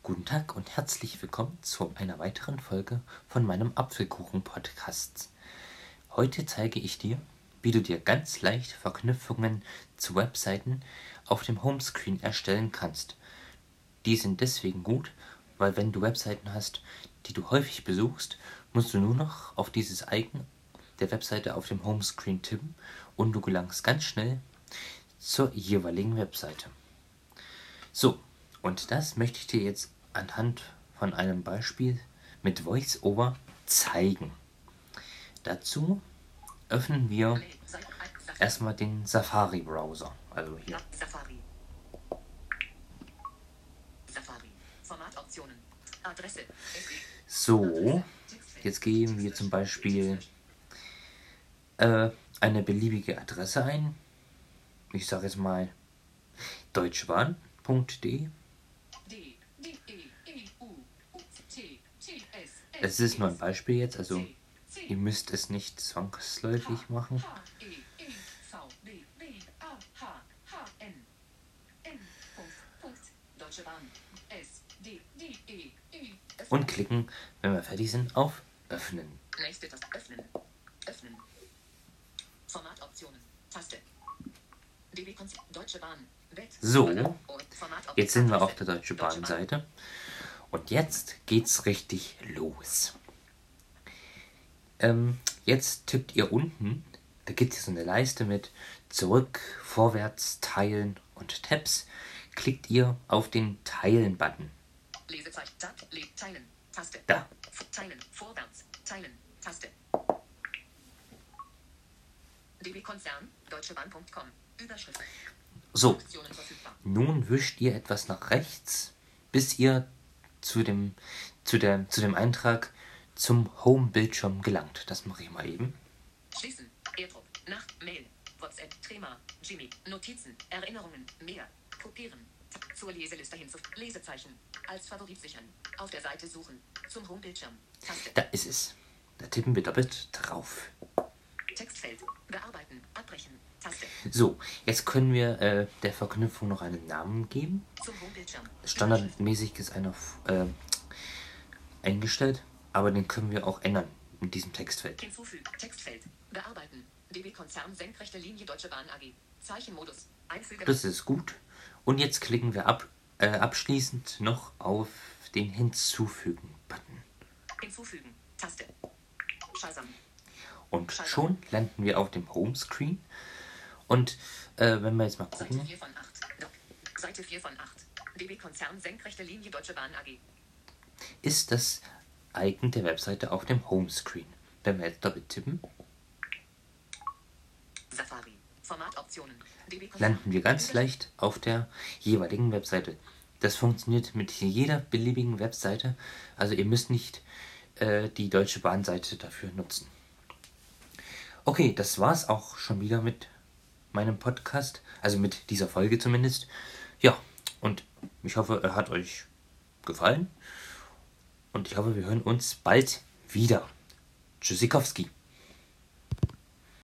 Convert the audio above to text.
Guten Tag und herzlich willkommen zu einer weiteren Folge von meinem Apfelkuchen-Podcast. Heute zeige ich dir, wie du dir ganz leicht Verknüpfungen zu Webseiten auf dem Homescreen erstellen kannst. Die sind deswegen gut, weil wenn du Webseiten hast, die du häufig besuchst, musst du nur noch auf dieses Icon der Webseite auf dem Homescreen tippen und du gelangst ganz schnell zur jeweiligen Webseite. So, und das möchte ich dir jetzt anhand von einem Beispiel mit VoiceOver zeigen. Dazu öffnen wir erstmal den Safari-Browser. Also hier. Safari. Formatoptionen. Adresse. So, jetzt geben wir zum Beispiel eine beliebige Adresse ein. Ich sage jetzt mal deutschebahn.de. Es ist nur ein Beispiel jetzt, also ihr müsst es nicht zwangsläufig machen. Und klicken, wenn wir fertig sind, auf Öffnen. Nächste Taste. Öffnen. Öffnen. Formatoptionen. Taste. Deutsche Bahn. So, jetzt sind wir auf der Deutsche Bahn Seite. Und jetzt geht's richtig los. Jetzt tippt ihr unten, da gibt es so eine Leiste mit Zurück, Vorwärts, Teilen und Tabs. Klickt ihr auf den Teilen-Button. Lesezeichen. Tab. Teilen. Taste. Da. Teilen. Vorwärts. Teilen. Taste. DB Konzern. Deutschebahn.com. Überschrift. So, nun wischt ihr etwas nach rechts, bis ihr zu dem Eintrag zum Home-Bildschirm gelangt. Das mache ich mal eben. Schließen. Airdrop. Nach. Mail. WhatsApp. Trema. Jimmy. Notizen. Erinnerungen. Mehr. Kopieren. Zur Leseliste hinzu. Lesezeichen. Als Favorit sichern. Auf der Seite suchen. Zum Home-Bildschirm. Taste. Da ist es. Da tippen wir doppelt drauf. Textfeld. Bearbeiten. Abbrechen. Taste. So, jetzt können wir der Verknüpfung noch einen Namen geben. Zum Home-Bildschirm. Standardmäßig ist einer eingestellt, aber den können wir auch ändern mit diesem Textfeld. Hinzufügen. Textfeld. Bearbeiten. DB Konzern senkrechte Linie Deutsche Bahn AG. Zeichenmodus. Einfügen. Das ist gut. Und jetzt klicken wir abschließend noch auf den Hinzufügen-Button. Hinzufügen. Taste. Shazam. Und schon landen wir auf dem Homescreen. Und wenn wir jetzt mal Seite gucken, 4 von 8. Seite 4 von 8. DB Konzern senkrechte Linie Deutsche Bahn AG. ist das Icon der Webseite auf dem Homescreen. Wenn wir jetzt doppelt tippen, Safari. Formatoptionen. DB Konzern. landen wir ganz leicht auf der jeweiligen Webseite. Das funktioniert mit jeder beliebigen Webseite. Also ihr müsst nicht die Deutsche Bahn-Seite dafür nutzen. Okay, das war's auch schon wieder mit meinem Podcast. Also mit dieser Folge zumindest. Ja, und ich hoffe, er hat euch gefallen. Und ich hoffe, wir hören uns bald wieder. Tschüssikowski.